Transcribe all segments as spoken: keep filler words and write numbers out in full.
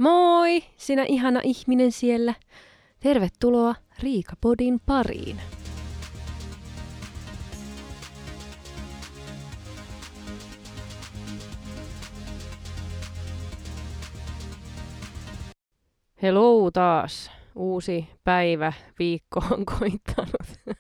Moi, sinä ihana ihminen siellä. Tervetuloa Riikapodin pariin. Hello taas. Uusi päivä, viikko on koittanut.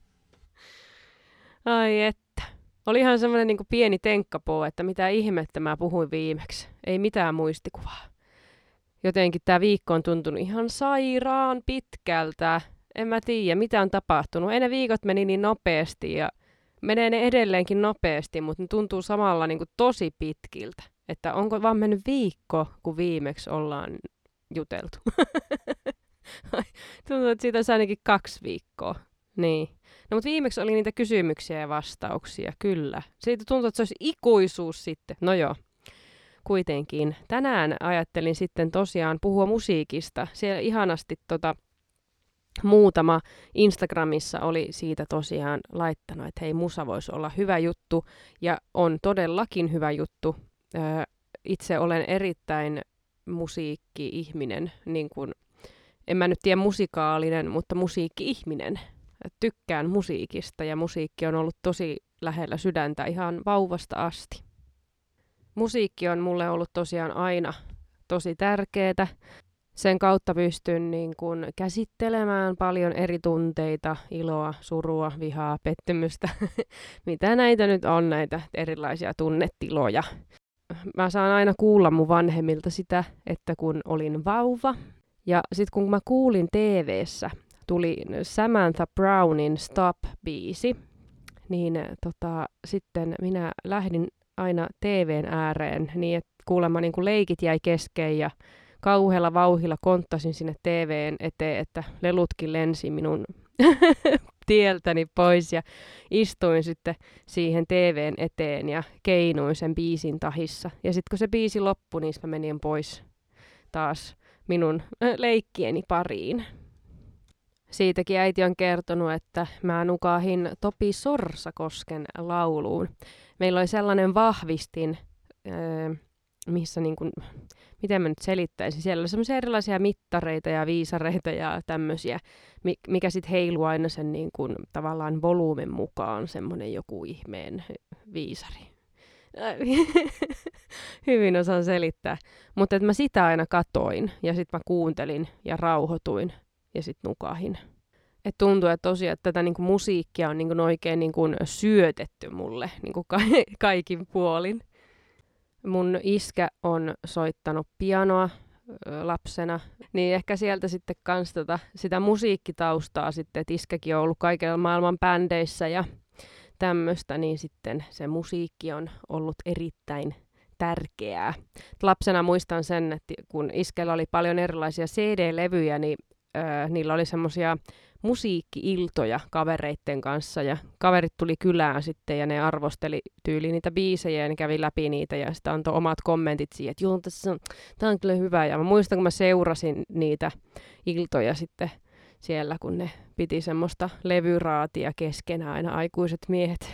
Ai että. Oli ihan semmoinen niin kuin pieni tenkkapoo, että mitä ihmettä mä puhuin viimeksi. Ei mitään muistikuvaa. Jotenkin tämä viikko on tuntunut ihan sairaan pitkältä. En mä tiedä, mitä on tapahtunut. Ei ne viikot meni niin nopeasti ja menee ne edelleenkin nopeasti, mutta ne tuntuu samalla niin kuin tosi pitkiltä. Että onko vaan mennyt viikko, kun viimeksi ollaan juteltu. Tuntuu, että siitä olisi ainakin kaksi viikkoa. Niin. No mutta viimeksi oli niitä kysymyksiä ja vastauksia, kyllä. Siitä tuntuu, että se olisi ikuisuus sitten. No joo. Kuitenkin. Tänään ajattelin sitten tosiaan puhua musiikista. Siellä ihanasti tota, muutama Instagramissa oli siitä tosiaan laittanut, että hei, musa voisi olla hyvä juttu. Ja on todellakin hyvä juttu. Öö, itse olen erittäin musiikki-ihminen. Niin kun, en mä nyt tiedä musikaalinen, mutta musiikki-ihminen. Tykkään musiikista ja musiikki on ollut tosi lähellä sydäntä ihan vauvasta asti. Musiikki on mulle ollut tosiaan aina tosi tärkeää. Sen kautta pystyn niin kun käsittelemään paljon eri tunteita, iloa, surua, vihaa, pettymystä. Mitä näitä nyt on, näitä erilaisia tunnetiloja. Mä saan aina kuulla mun vanhemmilta sitä, että kun olin vauva. Ja sit kun mä kuulin T V:ssä, tuli Samantha Brownin Stop-biisi, niin tota, sitten minä lähdin aina T V:n ääreen niin, että kuulemma niin kuin leikit jäi kesken ja kauhealla vauhilla konttasin sinne T V:n eteen, että lelutkin lensi minun tieltäni pois ja istuin sitten siihen T V:n eteen ja keinuin sen biisin tahissa. Ja sitten kun se biisi loppui, niin mä menin pois taas minun leikkieni pariin. Siitäkin äiti on kertonut, että mä nukahin Topi Sorsakosken lauluun. Meillä oli sellainen vahvistin, öö, missä niin kuin, miten mä nyt selittäisin, siellä oli semmoisia erilaisia mittareita ja viisareita ja tämmöisiä, mikä sitten heiluu aina sen niin kuin, tavallaan volyymen mukaan, semmoinen joku ihmeen viisari. Hyvin osaan selittää, mutta mä sitä aina katoin ja sitten mä kuuntelin ja rauhoituin ja sitten nukahin. Et tuntuu, että tosiaan että tätä niinku musiikkia on niinku oikein niinku syötetty mulle niinku ka- kaikin puolin. Mun iskä on soittanut pianoa ö, lapsena, niin ehkä sieltä sitten kans tota, sitä musiikkitaustaa sitten, että iskäkin on ollut kaikilla maailman bändeissä ja tämmöistä, niin sitten se musiikki on ollut erittäin tärkeää. Lapsena muistan sen, että kun iskellä oli paljon erilaisia C D-levyjä, niin ö, niillä oli semmoisia musiikki-iltoja kavereitten kanssa ja kaverit tuli kylään sitten ja ne arvosteli tyyliin niitä biisejä ja ne kävi läpi niitä ja sitten antoi omat kommentit siihen, että joo, tässä on, tää on kyllä hyvä. Ja mä muistan, kun mä seurasin niitä iltoja sitten siellä, kun ne piti semmoista levyraatia keskenään aina aikuiset miehet.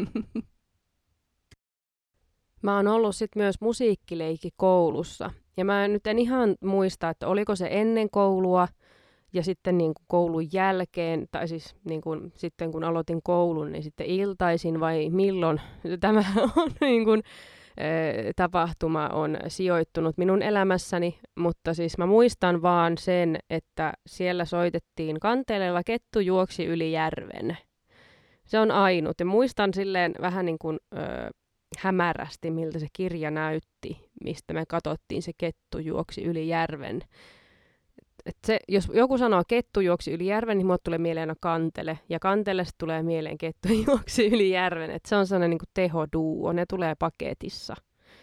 Mä oon ollut sitten myös musiikkileikki koulussa ja mä nyt en ihan muista, että oliko se ennen koulua ja sitten niin kuin koulun jälkeen, tai siis niin kuin, sitten kun aloitin koulun, niin sitten iltaisin vai milloin tämä on, niin kuin, ä, tapahtuma on sijoittunut minun elämässäni. Mutta siis mä muistan vaan sen, että siellä soitettiin Kanteleella Kettu juoksi yli järven. Se on ainut. Ja muistan silleen vähän niin kuin ä, hämärästi, miltä se kirja näytti, mistä me katsottiin se Kettu juoksi yli järven. Et se, jos joku sanoo kettu juoksi yli järven, niin mulle tulee mieleen aina Kantele. Ja Kantelesta tulee mieleen kettu juoksi yli järven. Et se on sellainen niin kuin tehoduo, ne tulee paketissa.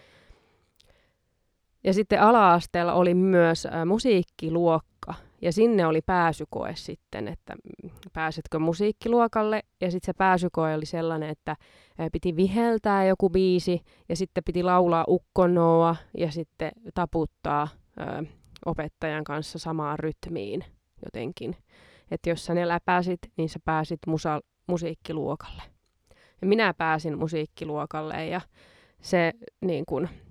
Ja sitten ala-asteella oli myös ä, musiikkiluokka. Ja sinne oli pääsykoe sitten, että pääsetkö musiikkiluokalle. Ja sitten se pääsykoe oli sellainen, että ä, piti viheltää joku biisi. Ja sitten piti laulaa ukkonoa ja sitten taputtaa ä, opettajan kanssa samaan rytmiin jotenkin. Että jos sä ne läpäisit, niin sä pääsit musa- musiikkiluokalle. Ja minä pääsin musiikkiluokalle ja se niin kun,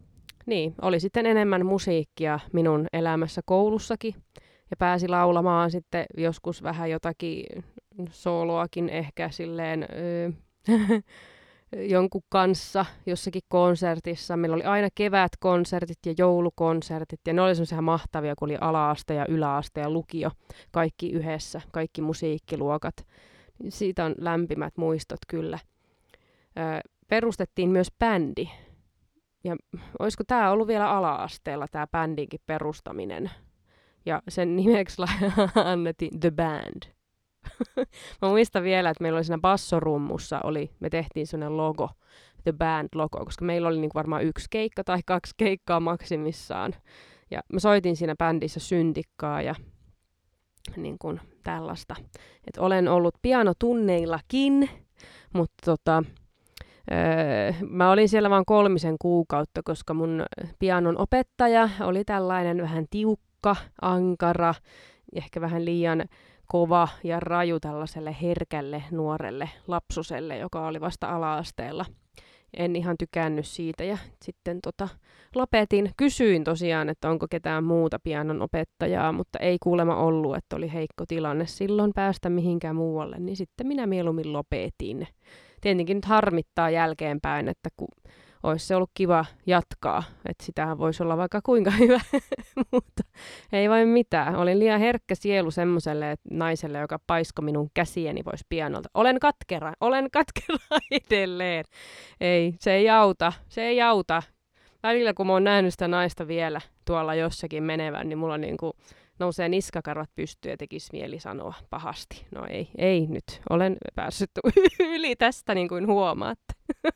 niin, oli sitten enemmän musiikkia minun elämässä koulussakin. Ja pääsi laulamaan sitten joskus vähän jotakin sooloakin ehkä silleen öö, jonkun kanssa jossakin konsertissa. Meillä oli aina kevätkonsertit ja joulukonsertit ja ne oli semmoisia mahtavia, kun oli ala-aste ja yläaste ja lukio. Kaikki yhdessä, kaikki musiikkiluokat. Siitä on lämpimät muistot kyllä. Öö, perustettiin myös bändi. Ja olisiko tämä ollut vielä ala-asteella tämä bändinkin perustaminen? Ja sen nimeksi annettiin The Band. Mä muistan vielä, että meillä oli siinä bassorummussa, oli, me tehtiin sellainen logo, The Band-logo, koska meillä oli niin varmaan yksi keikka tai kaksi keikkaa maksimissaan. Ja mä soitin siinä bändissä syntikkaa ja niin kuin tällaista. Et olen ollut pianotunneillakin, mutta tota, öö, mä olin siellä vain kolmisen kuukautta, koska mun pianon opettaja oli tällainen vähän tiukka, ankara, ehkä vähän liian kova ja raju tällaiselle herkälle nuorelle lapsoselle, joka oli vasta ala-asteella. En ihan tykännyt siitä ja sitten tota, lopetin. Kysyin tosiaan, että onko ketään muuta pianon opettajaa, mutta ei kuulemma ollut, että oli heikko tilanne silloin päästä mihinkään muualle, niin sitten minä mieluummin lopetin. Tietenkin nyt harmittaa jälkeenpäin, että kun olisi se ollut kiva jatkaa, että sitähän voisi olla vaikka kuinka hyvä, mutta ei voi mitään. Olin liian herkkä sielu semmoiselle naiselle, joka paisko minun käsieni pois pianolta. Olen katkera, olen katkera edelleen. Ei, se ei auta, se ei auta. Välillä kun mä oon nähnyt sitä naista vielä tuolla jossakin menevän, niin mulla niin kuin nousee niskakarvat pystyyn ja tekisi mieli sanoa pahasti. No ei, ei nyt. Olen päässyt yli tästä niin kuin huomaatte.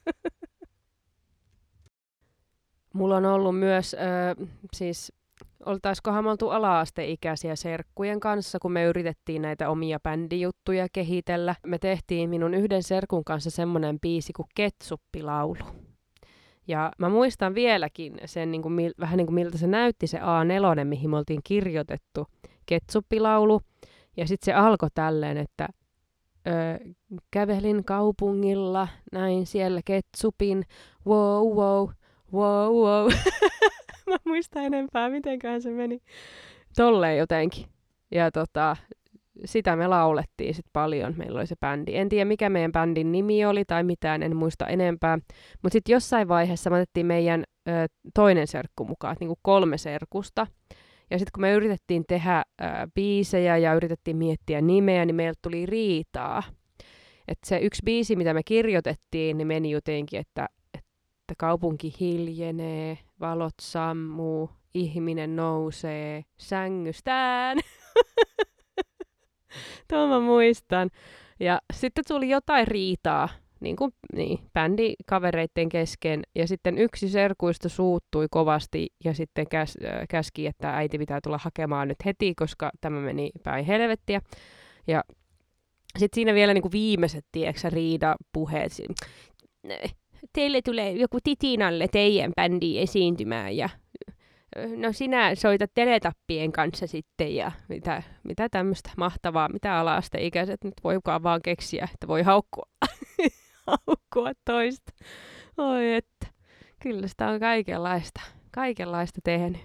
Mulla on ollut myös, äh, siis oltaiskohan me oltu ala-asteikäisiä serkkujen kanssa, kun me yritettiin näitä omia bändijuttuja kehitellä. Me tehtiin minun yhden serkun kanssa semmoinen biisi kuin Ketsuppilaulu. Ja mä muistan vieläkin sen, niin kuin, mil, vähän niin kuin miltä se näytti se A neljä, mihin me oltiin kirjoitettu Ketsuppilaulu. Ja sitten se alkoi tälleen, että ö, kävelin kaupungilla, näin siellä ketsupin, wow wow. Wow, wow. Mä muistan enempää, mitenköhän se meni. Tolleen jotenkin. Ja tota, sitä me laulettiin sit paljon. Meillä oli se bändi. En tiedä, mikä meidän bändin nimi oli tai mitään, en muista enempää. Mutta sitten jossain vaiheessa me otettiin meidän ö, toinen serkku mukaan, niinku kolme serkusta. Ja sitten kun me yritettiin tehdä ö, biisejä ja yritettiin miettiä nimeä, niin meiltä tuli riitaa. Että se yksi biisi, mitä me kirjoitettiin, niin meni jotenkin, että että kaupunki hiljenee, valot sammuu, ihminen nousee sängystään. Tuon mä muistan. Ja sitten tuli jotain riitaa, niin kuin niin, bändikavereiden kesken. Ja sitten yksi serkuista suuttui kovasti ja sitten käs, äh, käski, että äiti pitää tulla hakemaan nyt heti, koska tämä meni päin helvettiä. Ja sitten siinä vielä niin kuin viimeiset, tiedätkö, riidapuheet. Teille tulee joku Titinalle teidän bändiin esiintymään ja no sinä soitat teletappien kanssa sitten ja mitä, mitä tämmöistä mahtavaa, mitä ala-asteikäiset nyt voikaan vaan keksiä, että voi haukkua, haukkua toista. Oi että, kyllä sitä on kaikenlaista, kaikenlaista tehnyt.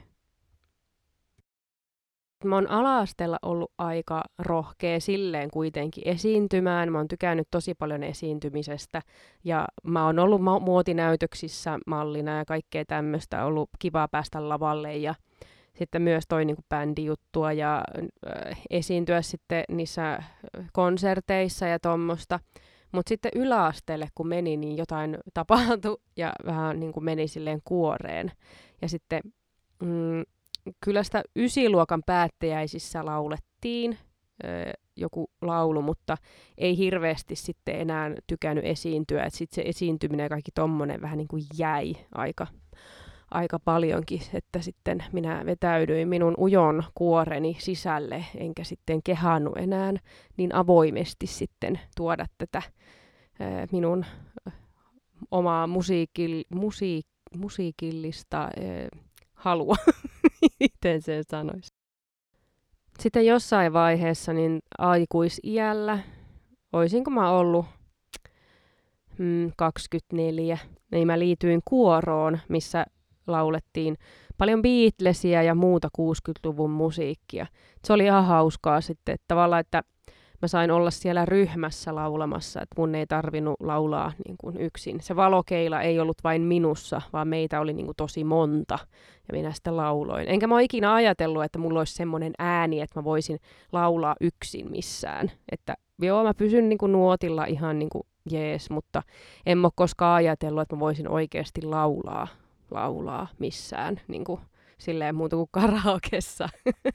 Mä oon ala-asteella ollut aika rohkea silleen kuitenkin esiintymään. Mä oon tykännyt tosi paljon esiintymisestä ja mä oon ollut ma- muotinäytöksissä mallina ja kaikkea tämmöistä. Ollut kiva päästä lavalle ja sitten myös toi niinku bändijuttua ja äh, esiintyä sitten niissä konserteissa ja tommosta. Mutta sitten yläasteelle kun meni, niin jotain tapahtui ja vähän niinku meni silleen kuoreen. Ja sitten Mm, kyllä sitä ysiluokan päättäjäisissä laulettiin ö, joku laulu, mutta ei hirveästi sitten enää tykännyt esiintyä. Et sit se esiintyminen ja kaikki tommonen vähän niin kuin jäi aika, aika paljonkin, että sitten minä vetäydyin minun ujon kuoreni sisälle, enkä sitten kehannut enää niin avoimesti sitten tuoda tätä ö, minun ö, omaa musiikil, musiik, musiikillista ö, halua, miten sen sanoisi. Sitten jossain vaiheessa niin aikuisiällä, oisinko mä ollut mm, kaksikymmentäneljä, niin mä liityin kuoroon, missä laulettiin paljon Beatlesia ja muuta kuusikymmentäluvun musiikkia. Se oli ihan hauskaa sitten, että tavallaan, että mä sain olla siellä ryhmässä laulamassa, että mun ei tarvinnut laulaa niin kuin yksin. Se valokeila ei ollut vain minussa, vaan meitä oli niin kuin tosi monta ja minä sitä lauloin. Enkä mä ole ikinä ajatellut, että mulla olisi semmoinen ääni, että mä voisin laulaa yksin missään. Että joo, mä pysyn niin kuin nuotilla ihan niin kuin jees, mutta en mä ole koskaan ajatellut, että mä voisin oikeasti laulaa, laulaa missään, niin kuin silleen muuta kuin karaokessa.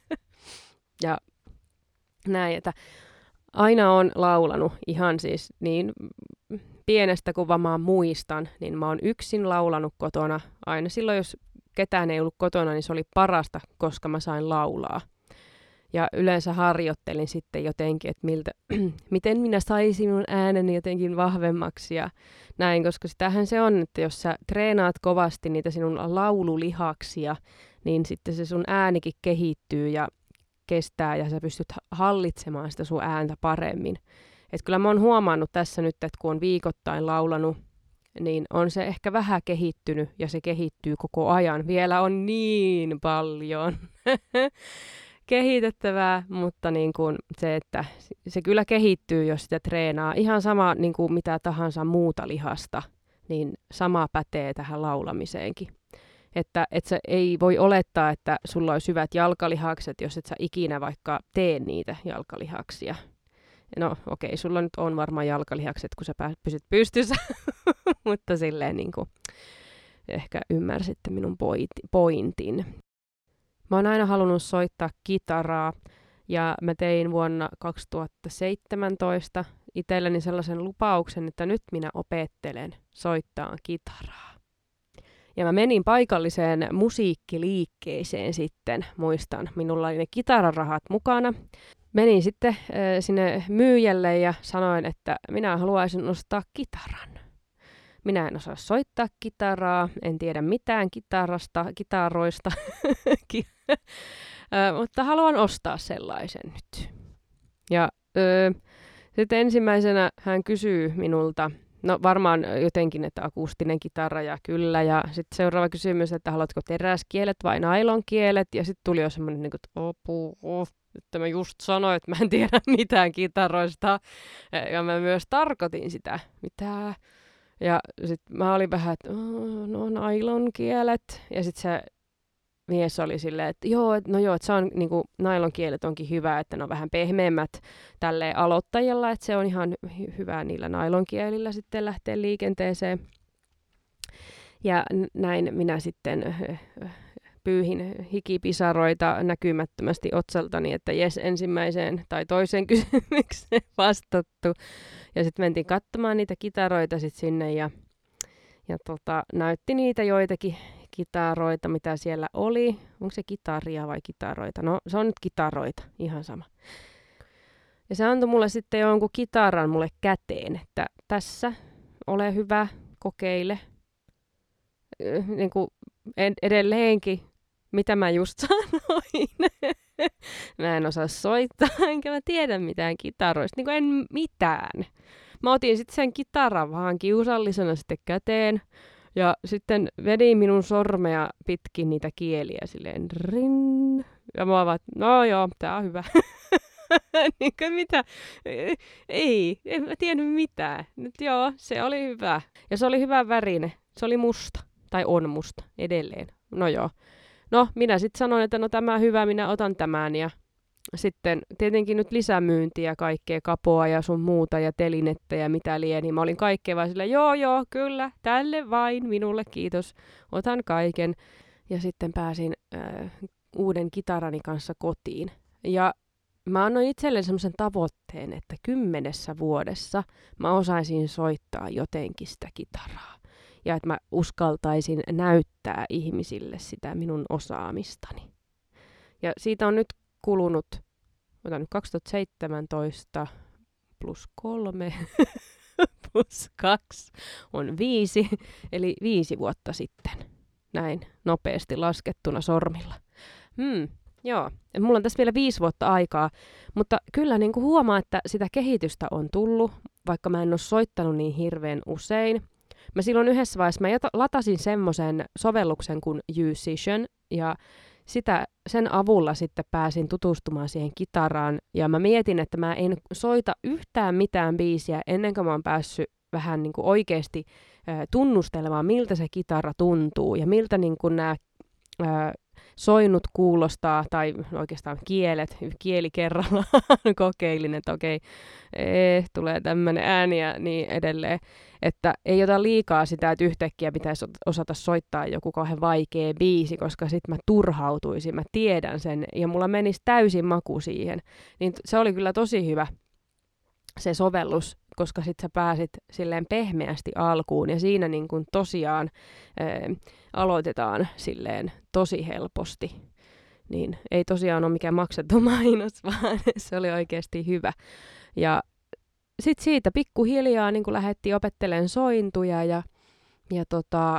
Ja näin, että aina on laulanut ihan siis niin pienestä kuin vaan mä muistan, niin mä oon yksin laulanut kotona. Aina silloin, jos ketään ei ollut kotona, niin se oli parasta, koska mä sain laulaa. Ja yleensä harjoittelin sitten jotenkin, että miltä, miten minä saisin mun ääneni jotenkin vahvemmaksi ja näin, koska sitähän se on, että jos sä treenaat kovasti niitä sinun laululihaksia, niin sitten se sun äänikin kehittyy ja kestää ja sä pystyt hallitsemaan sitä sun ääntä paremmin. Et kyllä mä oon huomannut tässä nyt, että kun on viikoittain laulanut, niin on se ehkä vähän kehittynyt ja se kehittyy koko ajan. Vielä on niin paljon kehitettävää, mutta niin kuin se, että se kyllä kehittyy, jos sitä treenaa. Ihan sama niin kuin mitä tahansa muuta lihasta, niin sama pätee tähän laulamiseenkin. Että et sä ei voi olettaa, että sulla olisi hyvät jalkalihakset, jos et sä ikinä vaikka tee niitä jalkalihaksia. No okei, okay, sulla nyt on varmaan jalkalihakset, kun sä pysyt pystyssä, mutta silleen niin kuin ehkä ymmärsitte minun pointin. Mä oon aina halunnut soittaa kitaraa ja mä tein vuonna kaksituhattaseitsemäntoista itselleni sellaisen lupauksen, että nyt minä opettelen soittaa kitaraa. Ja mä menin paikalliseen musiikkiliikkeeseen sitten, muistan. Minulla oli ne kitararahat mukana. Menin sitten äh, sinne myyjälle ja sanoin, että minä haluaisin ostaa kitaran. Minä en osaa soittaa kitaraa, en tiedä mitään kitarasta, kitaroista, äh, mutta haluan ostaa sellaisen nyt. Ja äh, sitten ensimmäisenä hän kysyy minulta, no varmaan jotenkin, että akustinen kitara ja kyllä. Ja sitten seuraava kysymys, että haluatko teräskielet vai nailonkielet? Ja sitten tuli jo semmoinen, niin että opu, oh, että mä just sanoin, että mä en tiedä mitään kitaroista. Ja mä myös tarkoitin sitä, mitä. Ja sitten mä olin vähän, että oh, no nailonkielet. Ja sitten se mies oli silleen, että joo, no joo, että se on niinku nailonkielet onkin hyvä, että ne on vähän pehmeämmät tälle aloittajalla, että se on ihan hy- hyvä niillä nailonkielillä sitten lähteä liikenteeseen. Ja näin minä sitten pyyhin hikipisaroita näkymättömästi otsaltani, että jes ensimmäiseen tai toiseen kysymykseen vastattu. Ja sitten mentiin katsomaan niitä kitaroita sitten sinne ja, ja tota, näytti niitä joitakin kitaroita, mitä siellä oli. Onko se kitaria vai kitaroita? No, se on nyt kitaroita, ihan sama. Ja se antoi mulle sitten jonkun kitaran mulle käteen, että tässä, ole hyvä, kokeile. Niin kuin edelleenkin, mitä mä just sanoin. Mä en osaa soittaa, enkä mä tiedä mitään kitaroista. Niin kuin en mitään. Mä otin sitten sen kitaran vaan kiusallisena sitten käteen. Ja sitten vedin minun sormea pitkin niitä kieliä silleen rin. Ja mä vaan, no joo, tää on hyvä. niin kuin mitä? Ei, en mä tiennyt mitään. Nyt joo, se oli hyvä. Ja se oli hyvä värine. Se oli musta. Tai on musta edelleen. No joo. No, minä sitten sanoin, että no tämä hyvä, minä otan tämän. Ja sitten tietenkin nyt lisämyyntiä, kaikkea kapoa ja sun muuta ja telinettä ja mitä liian. Niin mä olin kaikkea vaan silleen, joo joo, kyllä, tälle vain, minulle kiitos, otan kaiken. Ja sitten pääsin äh, uuden kitarani kanssa kotiin. Ja mä annoin itselleni semmoisen tavoitteen, että kymmenessä vuodessa mä osaisin soittaa jotenkin sitä kitaraa. Ja että mä uskaltaisin näyttää ihmisille sitä minun osaamistani. Ja siitä on nyt kulunut, otan nyt kaksituhattaseitsemäntoista plus kolme plus kaksi on viisi, eli viisi vuotta sitten. Näin nopeasti laskettuna sormilla. Hmm, joo, et mulla on tässä vielä viisi vuotta aikaa, mutta kyllä niin kuin huomaa, että sitä kehitystä on tullut, vaikka mä en ole soittanut niin hirveän usein. Mä silloin yhdessä vaiheessa mä jota, latasin semmoisen sovelluksen kuin Musician, ja sitä, sen avulla sitten pääsin tutustumaan siihen kitaraan, ja mä mietin, että mä en soita yhtään mitään biisiä ennen kuin mä oon päässyt vähän niin kuin oikeasti äh, tunnustelemaan, miltä se kitara tuntuu, ja miltä niin kuin nämä äh, soinnut kuulostaa, tai oikeastaan kielet, kieli kerrallaan kokeilin, että okei, eh, tulee tämmöinen ääni ja niin edelleen. Että ei ota liikaa sitä, että yhtäkkiä pitäisi osata soittaa joku kauhean vaikea biisi, koska sitten mä turhautuisin, mä tiedän sen, ja mulla menisi täysin maku siihen. Niin se oli kyllä tosi hyvä se sovellus, koska sit sä pääsit silleen pehmeästi alkuun, ja siinä niin kun tosiaan ää, aloitetaan silleen tosi helposti. Niin ei tosiaan ole mikään maksettu mainos, vaan se oli oikeasti hyvä. Ja sitten siitä pikkuhiljaa niin kun lähdettiin opettelemaan sointuja, ja, ja, tota,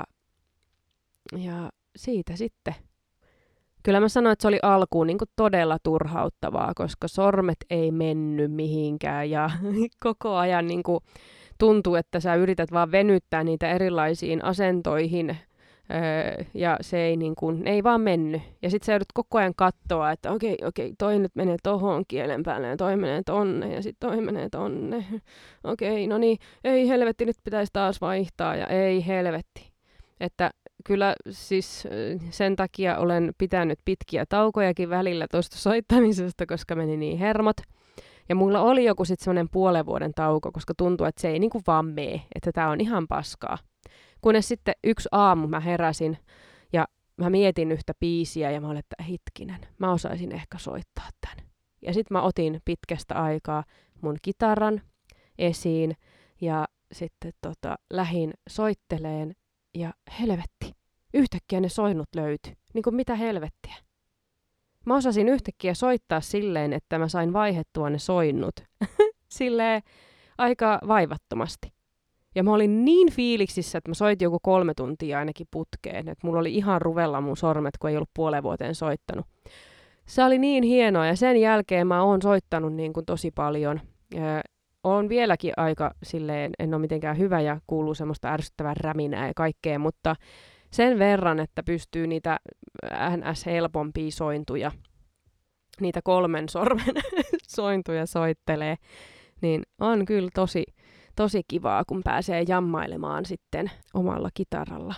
ja siitä sitten. Kyllä mä sanoin, että se oli alkuun niin kuin todella turhauttavaa, koska sormet ei mennyt mihinkään ja koko ajan niin kuin tuntuu, että sä yrität vaan venyttää niitä erilaisiin asentoihin öö, ja se ei, niin kuin, ne ei vaan mennyt. Ja sit sä joudut koko ajan katsoa, että okei, okei, toi nyt menee tohon kielen päälle ja toi menee tonne ja sit toi menee tonne. Okei, no niin, ei helvetti, nyt pitäisi taas vaihtaa ja ei helvetti. Että kyllä siis sen takia olen pitänyt pitkiä taukojakin välillä tuosta soittamisesta, koska meni niin hermot. Ja mulla oli joku sitten semmoinen puolen vuoden tauko, koska tuntuu, että se ei niinku vaan mene, että tää on ihan paskaa. Kunnes sitten yksi aamu mä heräsin ja mä mietin yhtä biisiä ja mä olin, että hitkinen, mä osaisin ehkä soittaa tän. Ja sitten mä otin pitkästä aikaa mun kitaran esiin ja sitten tota, lähin soitteleen. Ja helvetti, yhtäkkiä ne soinnut löytyi. Niin kuin mitä helvettiä. Mä osasin yhtäkkiä soittaa silleen, että mä sain vaihettua ne soinnut. Silleen aika vaivattomasti. Ja mä olin niin fiiliksissä, että mä soitin joku kolme tuntia ainakin putkeen. Että mulla oli ihan ruvella mun sormet, kun ei ollut puoleen vuoteen soittanut. Se oli niin hienoa ja sen jälkeen mä oon soittanut niin kuin tosi paljon. Olen vieläkin aika silleen, en ole mitenkään hyvä ja kuuluu semmoista ärsyttävää räminää ja kaikkea, mutta sen verran, että pystyy niitä ns. Helpompia sointuja, niitä kolmen sormen sointuja soittelee, niin on kyllä tosi, tosi kivaa, kun pääsee jammailemaan sitten omalla kitaralla.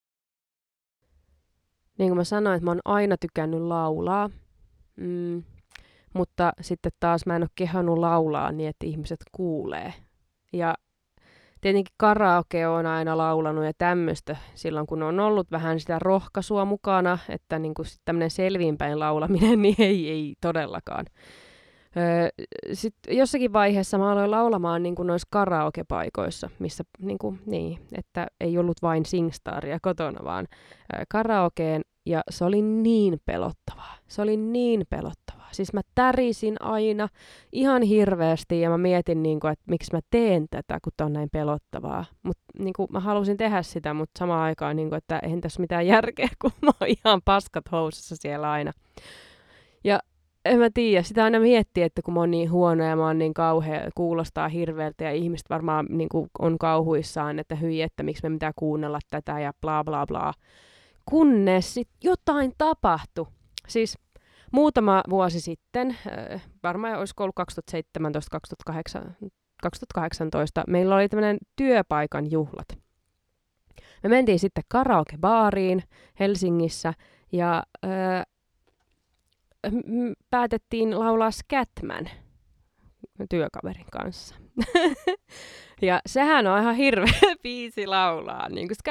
Niin kuin mä sanoin, että mä oon aina tykännyt laulaa. Mm. Mutta sitten taas mä en ole kehannut laulaa niin, että ihmiset kuulee. Ja tietenkin karaoke on aina laulanut ja tämmöistä silloin, kun on ollut vähän sitä rohkaisua mukana, että niin kuin tämmöinen selviinpäin laulaminen, niin ei, ei todellakaan. Öö, sitten jossakin vaiheessa mä aloin laulamaan niin kuin noissa karaokepaikoissa, missä niin kuin, niin, että ei ollut vain SingStaria kotona, vaan öö, karaokeen, ja se oli niin pelottavaa. Se oli niin pelottavaa. Siis mä tärisin aina ihan hirveästi ja mä mietin, niin kuin, että miksi mä teen tätä, kun tää on näin pelottavaa. Mut, niin kuin, mä halusin tehdä sitä, mutta samaan aikaan, niin kuin, että eihän tässä mitään järkeä, kun mä oon ihan paskat housussa siellä aina. Ja en mä tiedä, sitä aina miettii, että kun mä oon niin huono ja mä oon niin kauhea, kuulostaa hirveältä ja ihmiset varmaan niin kuin on kauhuissaan, että hyi, että miksi me pitää kuunnella tätä ja bla bla bla. Kunnes sit jotain tapahtui. Siis muutama vuosi sitten, äh, varmaan olisiko ollut kaksituhattaseitsemäntoista kaksituhattakahdeksantoista, meillä oli tämmöinen työpaikan juhlat. Me mentiin sitten karaokebaariin Helsingissä ja äh, m- päätettiin laulaa Scatman työkaverin kanssa. Ja sehän on ihan hirveä biisi laulaa. Niin kuin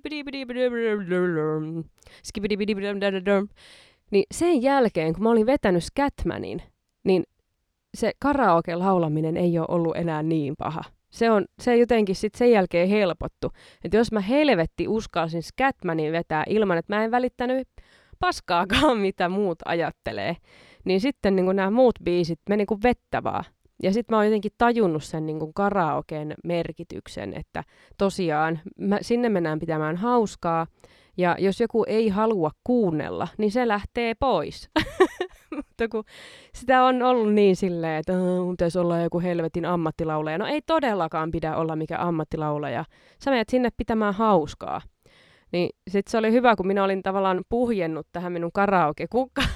niin sen jälkeen, kun mä olin vetänyt Scatmanin, niin se karaoke-laulaminen ei ole ollut enää niin paha. Se on se jotenkin sitten sen jälkeen helpottu. Että jos mä helvetti uskalsin Scatmanin vetää ilman, että mä en välittänyt paskaakaan, mitä muut ajattelee, niin sitten niin nämä muut biisit meni kuin vettä vaan. Ja sitten mä oon jotenkin tajunnut sen niin kuin karaoken merkityksen, että tosiaan mä, sinne mennään pitämään hauskaa, ja jos joku ei halua kuunnella, niin se lähtee pois. Mutta kun sitä on ollut niin silleen, että mun pitäisi olla joku helvetin ammattilaulaja. No ei todellakaan pidä olla mikä ammattilaulaja. Sä menet sinne pitämään hauskaa. Niin sit se oli hyvä, kun minä olin tavallaan puhjennut tähän minun karaoke-kukkaan.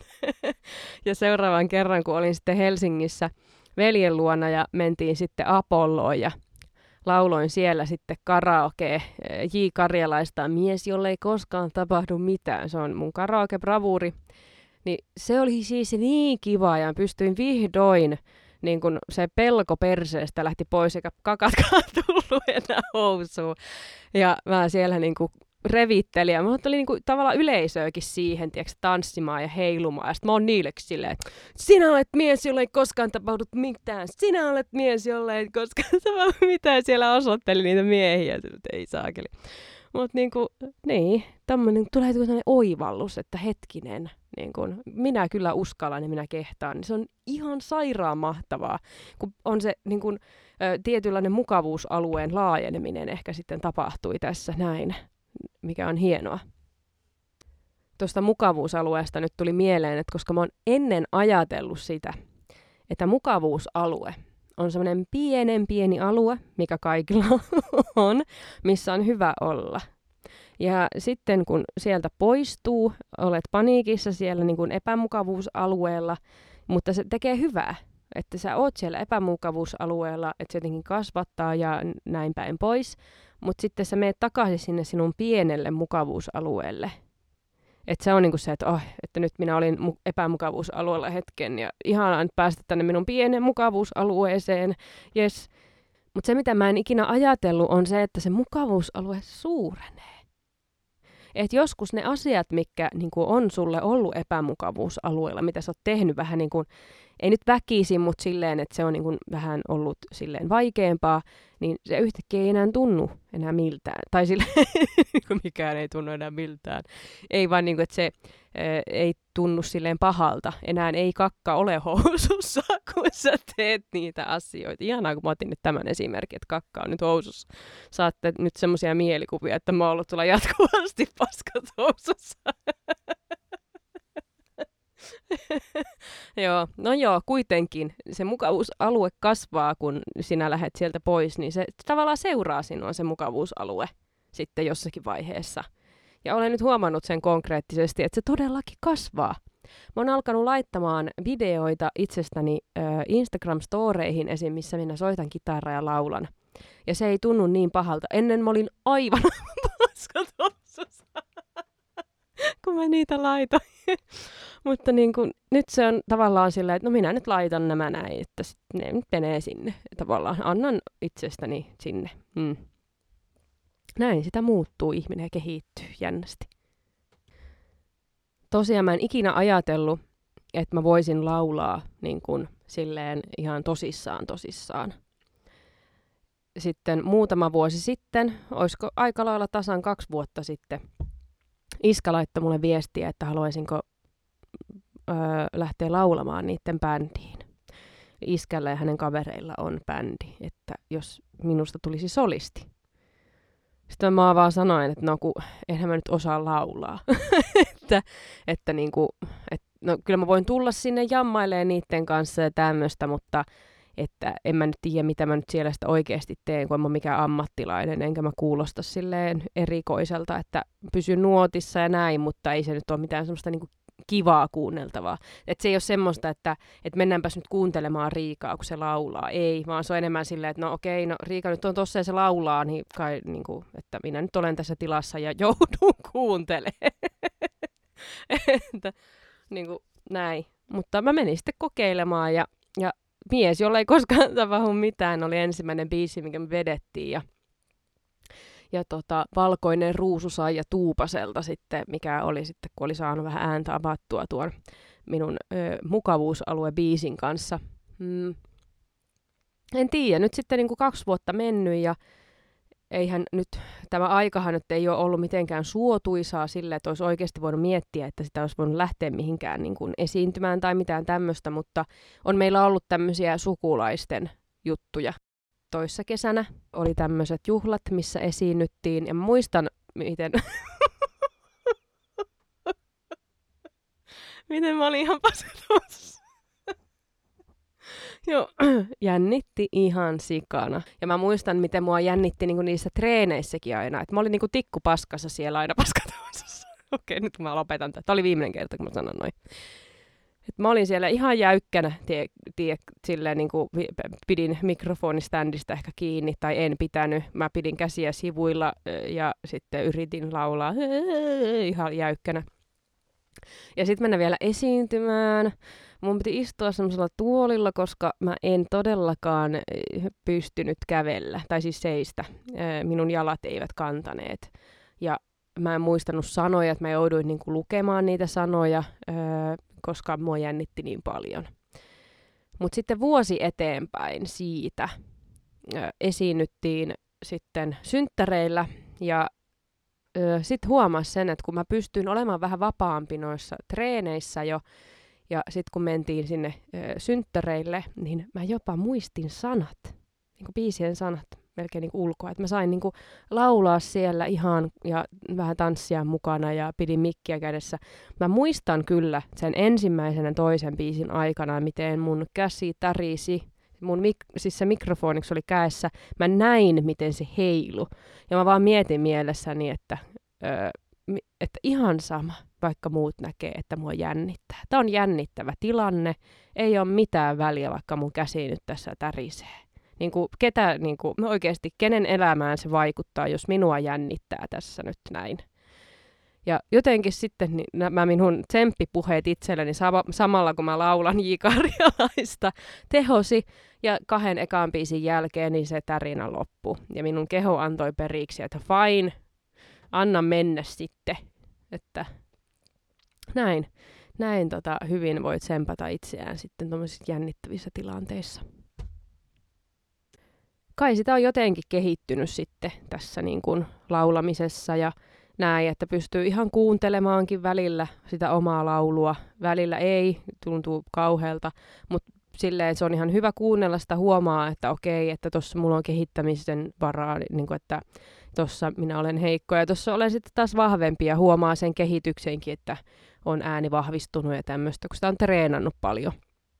Ja seuraavan kerran, kun olin sitten Helsingissä veljen luona ja mentiin sitten Apolloon ja lauloin siellä sitten karaoke J. Karjalaista Mies, jolle ei koskaan tapahdu mitään. Se on mun karaoke-bravuuri. Niin se oli siis niin kiva ja pystyin vihdoin, niin kun se pelko perseestä lähti pois eikä kakatkaan tullut enää housuun. Ja mä siellä niin kuin revittelin ja mä olin niin kuin tavallaan yleisöäkin siihen, tiiäks, tanssimaan ja heilumaan. Ja sit mä oon niillekin silleen, että sinä olet mies, jolle ei koskaan tapahdu mitään. Sinä olet mies, jolle ei koskaan tapahdu mitään. Siellä osoittelin niitä miehiä, että ei saakeli. Mutta niinku, niin, tämmöinen tulee tämmöinen oivallus, että hetkinen, niin kun, minä kyllä uskallan ja minä kehtaan. Niin se on ihan sairaan mahtavaa, kun on se niin kun, ä, tietynlainen mukavuusalueen laajeneminen ehkä sitten tapahtui tässä näin, mikä on hienoa. Tuosta mukavuusalueesta nyt tuli mieleen, että koska mä oon ennen ajatellut sitä, että mukavuusalue on semmoinen pienen pieni alue, mikä kaikilla on, missä on hyvä olla. Ja sitten kun sieltä poistuu, olet paniikissa siellä niin kuin epämukavuusalueella, mutta se tekee hyvää, että sä oot siellä epämukavuusalueella, että se jotenkin kasvattaa ja näin päin pois, mutta sitten sä menet takaisin sinne sinun pienelle mukavuusalueelle. Että se on niinku se, että, oh, että nyt minä olin mu- epämukavuusalueella hetken ja ihanaa nyt päästä tänne minun pienen mukavuusalueeseen. Yes. Mutta se, mitä mä en ikinä ajatellut, on se, että se mukavuusalue suurenee. Et joskus ne asiat, mitkä niinku on sulle ollut epämukavuusalueella, mitä sä oot tehnyt vähän niin kuin, ei nyt väkisin, mutta silleen, että se on niinku vähän ollut silleen vaikeampaa, niin se yhtäkkiä ei enää tunnu enää miltään. Tai silleen, mikään ei tunnu enää miltään. Ei vaan niinku, että se ää, ei tunnu silleen pahalta. Enää ei kakka ole housussa, kun sä teet niitä asioita. Ihanaa, kun mä otin nyt tämän esimerkin, että kakka on nyt housussa. Saatte nyt semmoisia mielikuvia, että mä oon ollut tuolla jatkuvasti paskat housussa. Joo, no joo, kuitenkin se mukavuusalue kasvaa, kun sinä lähdet sieltä pois, niin se tavallaan seuraa sinua se mukavuusalue sitten jossakin vaiheessa. Ja olen nyt huomannut sen konkreettisesti, että se todellakin kasvaa. Mä oon alkanut laittamaan videoita itsestäni äh, Instagram-storeihin esim. Missä minä soitan kitaraa ja laulan. Ja se ei tunnu niin pahalta. Ennen mä olin aivan paskatossa, kun mä niitä laitoin. Mutta niin kun, nyt se on tavallaan silleen, että no minä nyt laitan nämä näin, että sit ne nyt menee sinne. Tavallaan annan itsestäni sinne. Mm. Näin sitä muuttuu, ihminen kehittyy jännästi. Tosiaan mä en ikinä ajatellut, että mä voisin laulaa niin kun, silleen ihan tosissaan tosissaan. Sitten muutama vuosi sitten, olisiko aika lailla tasan kaksi vuotta sitten, iskä laittoi mulle viestiä, että haluaisinko öö, lähteä laulamaan niiden bändiin. Iskällä ja hänen kavereilla on bändi, että jos minusta tulisi solisti. Sitten mä vaan sanoin, että no kun, eihän mä nyt osaa laulaa. että, että niinku, et, no kyllä mä voin tulla sinne jammailemaan niiden kanssa ja tämmöistä, mutta että en mä nyt tiedä, mitä mä nyt siellä sitä oikeasti teen, kun en mä mikään ammattilainen, enkä mä kuulosta silleen erikoiselta, että pysyn nuotissa ja näin, mutta ei se nyt ole mitään semmoista niinku kivaa kuunneltavaa. Että se ei ole semmoista, että, että mennäänpäs nyt kuuntelemaan Riikaa, kun se laulaa. Ei, vaan se on enemmän silleen, että no okei, no Riika nyt on tossa ja se laulaa, niin kai, niin kuin, että minä nyt olen tässä tilassa ja joudun kuuntelemaan. että, niin kuin, näin. Mutta mä menin sitten kokeilemaan ja, ja Mies, jolla ei koskaan tapahdu mitään, oli ensimmäinen biisi, minkä me vedettiin. Ja, ja tota, Valkoinen ruusu sai ja Tuupaselta sitten, mikä oli sitten, kun oli saanut vähän ääntä avattua tuon minun ö, mukavuusalue-biisin kanssa. Mm. En tiedä, nyt sitten niin kuin kaksi vuotta mennyt ja eihän nyt, tämä aikahan nyt ei ole ollut mitenkään suotuisaa sille, että olisi oikeasti voinut miettiä, että sitä olisi voinut lähteä mihinkään niin kuin esiintymään tai mitään tämmöistä, mutta on meillä ollut tämmöisiä sukulaisten juttuja. Toissa kesänä oli tämmöiset juhlat, missä esiinnyttiin, ja muistan, miten, Miten mä olin ihan paskatuossa. Joo, jännitti ihan sikana. Ja mä muistan, miten mua jännitti niinku niissä treeneissäkin aina. Et mä olin niinku tikku paskassa siellä aina paskatuosassa. Okei, nyt mä lopetan. Tämä oli viimeinen kerta, kun mä sanon noin. Et mä olin siellä ihan jäykkänä, tie, tie, silleen niin kuin pidin mikrofoniständistä ehkä kiinni, tai en pitänyt. Mä pidin käsiä sivuilla ja sitten yritin laulaa ihan jäykkänä. Ja sitten mennä vielä esiintymään. Mun piti istua semmoisella tuolilla, koska mä en todellakaan pystynyt kävellä, tai siis seistä. Minun jalat eivät kantaneet. Ja mä en muistanut sanoja, että mä jouduin niinku lukemaan niitä sanoja, koska mua jännitti niin paljon. Mutta sitten vuosi eteenpäin siitä esiinnyttiin sitten synttäreillä, ja sitten huomasin sen, että kun mä pystyin olemaan vähän vapaampi noissa treeneissä jo, ja sitten kun mentiin sinne ö, synttäreille, niin mä jopa muistin sanat, niin kuin biisien sanat melkein niin kuin ulkoa. Että mä sain niin kuin laulaa siellä ihan ja vähän tanssia mukana ja pidin mikkiä kädessä. Mä muistan kyllä sen ensimmäisen ja toisen biisin aikana, miten mun käsi tärisi. Mun mik- siis se mikrofoniksi oli kädessä. Mä näin, miten se heilu. Ja mä vaan mietin mielessäni, että, öö, että ihan sama, vaikka muut näkee, että mua jännittää. Tää on jännittävä tilanne. Ei ole mitään väliä, vaikka mun käsi nyt tässä tärisee. Niin kuin, ketä, niin kuin, oikeasti, kenen elämään se vaikuttaa, jos minua jännittää tässä nyt näin. Ja jotenkin sitten niin nämä minun tsemppipuheet itselleni sama, samalla kun mä laulan J. Karjalaista tehosi. Ja kahden ekan biisin jälkeen niin se tärinä loppui. Ja minun keho antoi periksi, että fine, anna mennä sitten. Että näin, näin tota, hyvin voit tsempata itseään sitten tuollaisissa jännittävissä tilanteissa. Kai sitä on jotenkin kehittynyt sitten tässä niin kuin laulamisessa ja näin, että pystyy ihan kuuntelemaankin välillä sitä omaa laulua. Välillä ei, tuntuu kauhealta, mutta silleen se on ihan hyvä kuunnella sitä, huomaa, että okei, että tuossa mulla on kehittämisen varaa, niin kuin, että tuossa minä olen heikko ja tuossa olen sitten taas vahvempi ja huomaa sen kehityksenkin, että on ääni vahvistunut ja tämmöistä, kun sitä on treenannut paljon.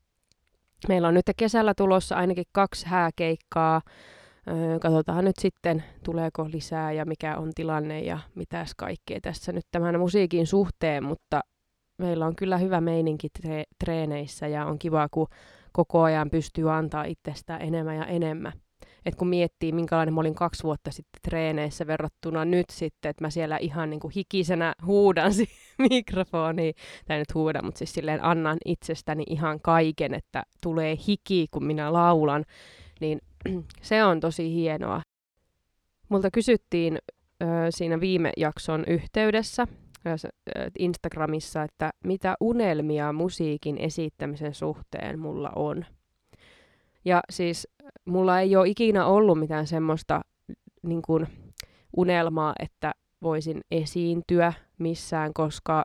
Meillä on nyt kesällä tulossa ainakin kaksi hääkeikkaa. Öö, katsotaan nyt sitten, tuleeko lisää ja mikä on tilanne ja mitäs kaikkea tässä nyt tämän musiikin suhteen, mutta meillä on kyllä hyvä meininki tre- treeneissä ja on kiva, kun koko ajan pystyy antaa itsestään enemmän ja enemmän. Et kun miettii, minkälainen mä olin kaksi vuotta sitten treeneissä verrattuna nyt sitten, että mä siellä ihan niin kuin hikisenä huudan mikrofoniin, tai nyt huudan, mutta siis silleen annan itsestäni ihan kaiken, että tulee hiki, kun minä laulan, niin se on tosi hienoa. Multa kysyttiin ö, siinä viime jakson yhteydessä ö, Instagramissa, että mitä unelmia musiikin esittämisen suhteen mulla on. Ja siis mulla ei ole ikinä ollut mitään semmoista niin kuin unelmaa, että voisin esiintyä missään, koska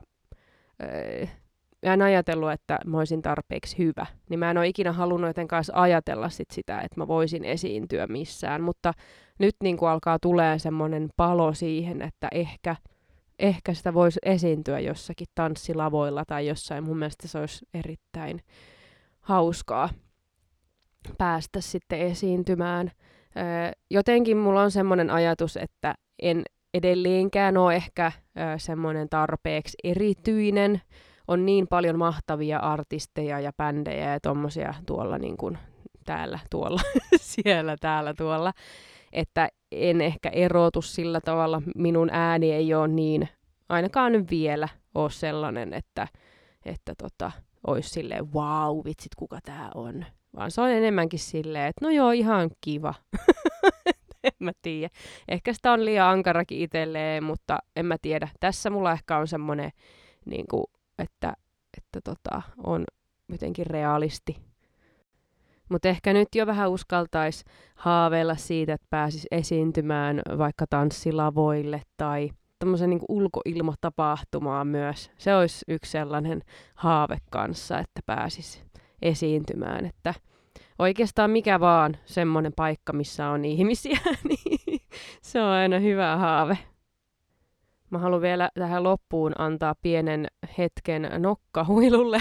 äh, mä en ajatellut, että mä olisin tarpeeksi hyvä. Niin mä en ole ikinä halunnut jotenkaan ajatella sit sitä, että mä voisin esiintyä missään. Mutta nyt niin kuin alkaa tulee semmoinen palo siihen, että ehkä, ehkä sitä voisi esiintyä jossakin tanssilavoilla tai jossain. Mun mielestä se olisi erittäin hauskaa päästä sitten esiintymään. Öö, jotenkin mulla on semmoinen ajatus, että en edelleenkään ole ehkä öö, semmoinen tarpeeksi erityinen. On niin paljon mahtavia artisteja ja bändejä ja tommosia tuolla niin kuin täällä, tuolla, siellä, täällä, tuolla, että en ehkä erotu sillä tavalla. Minun ääni ei ole niin, ainakaan nyt vielä, ole sellainen, että, että tota, olisi silleen, wow, vitsit, kuka tää on. Vaan se on enemmänkin silleen, että no joo, ihan kiva. En mä tiedä. Ehkä sitä on liian ankarakin itselleen, mutta en mä tiedä. Tässä mulla ehkä on semmoinen, niin kuin, että, että tota, on jotenkin realisti. Mutta ehkä nyt jo vähän uskaltaisi haaveilla siitä, että pääsis esiintymään vaikka tanssilavoille tai tämmöisen niin kuin ulkoilmatapahtumaan myös. Se olisi yksi sellainen haave kanssa, että pääsis esiintymään, että oikeastaan mikä vaan semmoinen paikka, missä on ihmisiä, niin se on aina hyvä haave. Mä haluan vielä tähän loppuun antaa pienen hetken nokkahuilulle.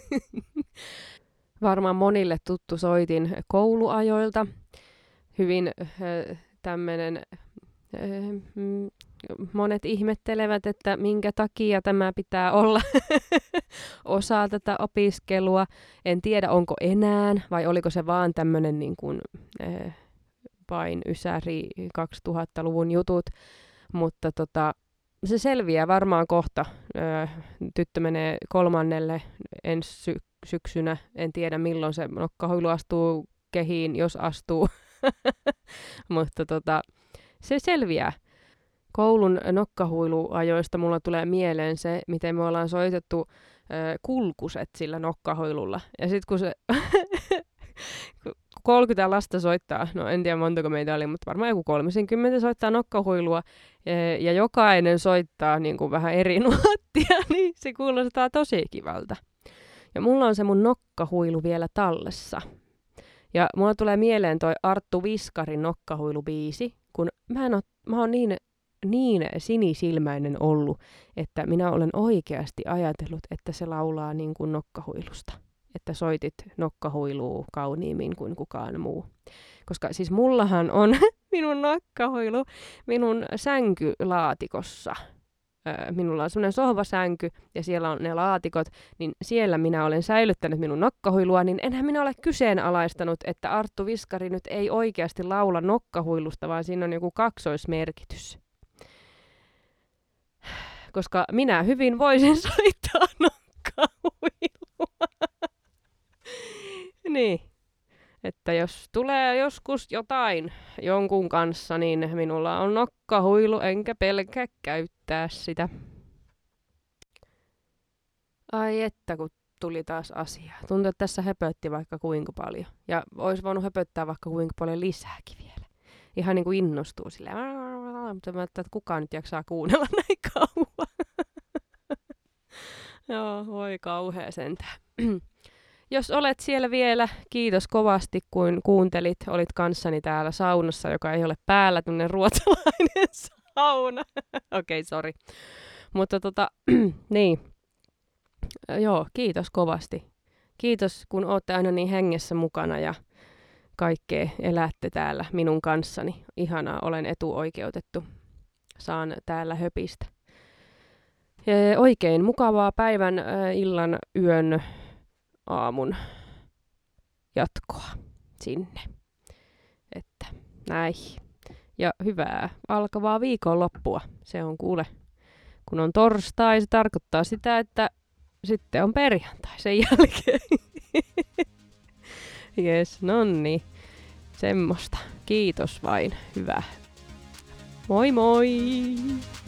Varmaan monille tuttu soitin kouluajoilta. Hyvin äh, tämmönen, äh, mm, monet ihmettelevät, että minkä takia tämä pitää olla osa tätä opiskelua. En tiedä, onko enää vai oliko se vaan tämmönen niin kuin, äh, vain ysäri kaksituhattaluvun jutut. Mutta tota, se selviää varmaan kohta. Öö, tyttö menee kolmannelle ensi sy- syksynä. En tiedä milloin se nokkahuilu astuu kehiin, jos astuu. Mutta tota, se selviää. Koulun nokkahuiluajoista mulla tulee mieleen se, miten me ollaan soitettu öö, kulkuset sillä nokkahuilulla. Ja sit kun se kolmekymmentä lasta soittaa, no en tiedä montako meitä oli, mutta varmaan joku kolmekymmentä soittaa nokkahuilua, ja, ja jokainen soittaa niin kuin vähän eri nuottia, niin se kuulostaa tosi kivalta. Ja mulla on se mun nokkahuilu vielä tallessa. Ja mulla tulee mieleen toi Arttu Viskarin nokkahuilubiisi, kun mä, en oo, mä oon niin, niin sinisilmäinen ollut, että minä olen oikeasti ajatellut, että se laulaa niin kuin nokkahuilusta. Että soitit nokkahuilua kauniimmin kuin kukaan muu. Koska siis mullahan on minun nokkahuilu minun sänkylaatikossa. Öö, minulla on semmoinen sohvasänky ja siellä on ne laatikot, niin siellä minä olen säilyttänyt minun nokkahuilua, niin enhän minä ole kyseenalaistanut, että Arttu Viskari nyt ei oikeasti laula nokkahuilusta, vaan siinä on joku kaksoismerkitys. Koska minä hyvin voisin soittaa nokkahuilua. Niin, että jos tulee joskus jotain jonkun kanssa, niin minulla on nokkahuilu, enkä pelkää käyttää sitä. Ai että, kun tuli taas asiaa. Tuntuu, että tässä höpötti vaikka kuinka paljon. Ja olisi voinut höpöttää vaikka kuinka paljon lisääkin vielä. Ihan niin kuin innostuu silleen. Mutta mä ajattelin, että kukaan nyt jaksaa kuunnella näin kauan. Joo, voi kauhea sentään. Jos olet siellä vielä, kiitos kovasti, kun kuuntelit. Olit kanssani täällä saunassa, joka ei ole päällä, tämmöinen ruotsalainen sauna. Okei, okay, sori. Mutta tota, niin. Joo, kiitos kovasti. Kiitos, kun olette aina niin hengessä mukana ja kaikkea elätte täällä minun kanssani. Ihanaa, olen etuoikeutettu. Saan täällä höpistä. Ja oikein mukavaa päivän, illan, yön, aamun jatkoa sinne. Että näin. Ja hyvää alkavaa viikonloppua. Se on kuule, kun on torstai, se tarkoittaa sitä, että sitten on perjantai sen jälkeen. Jes, nonni. Semmosta. Kiitos vain. Hyvä. Moi moi!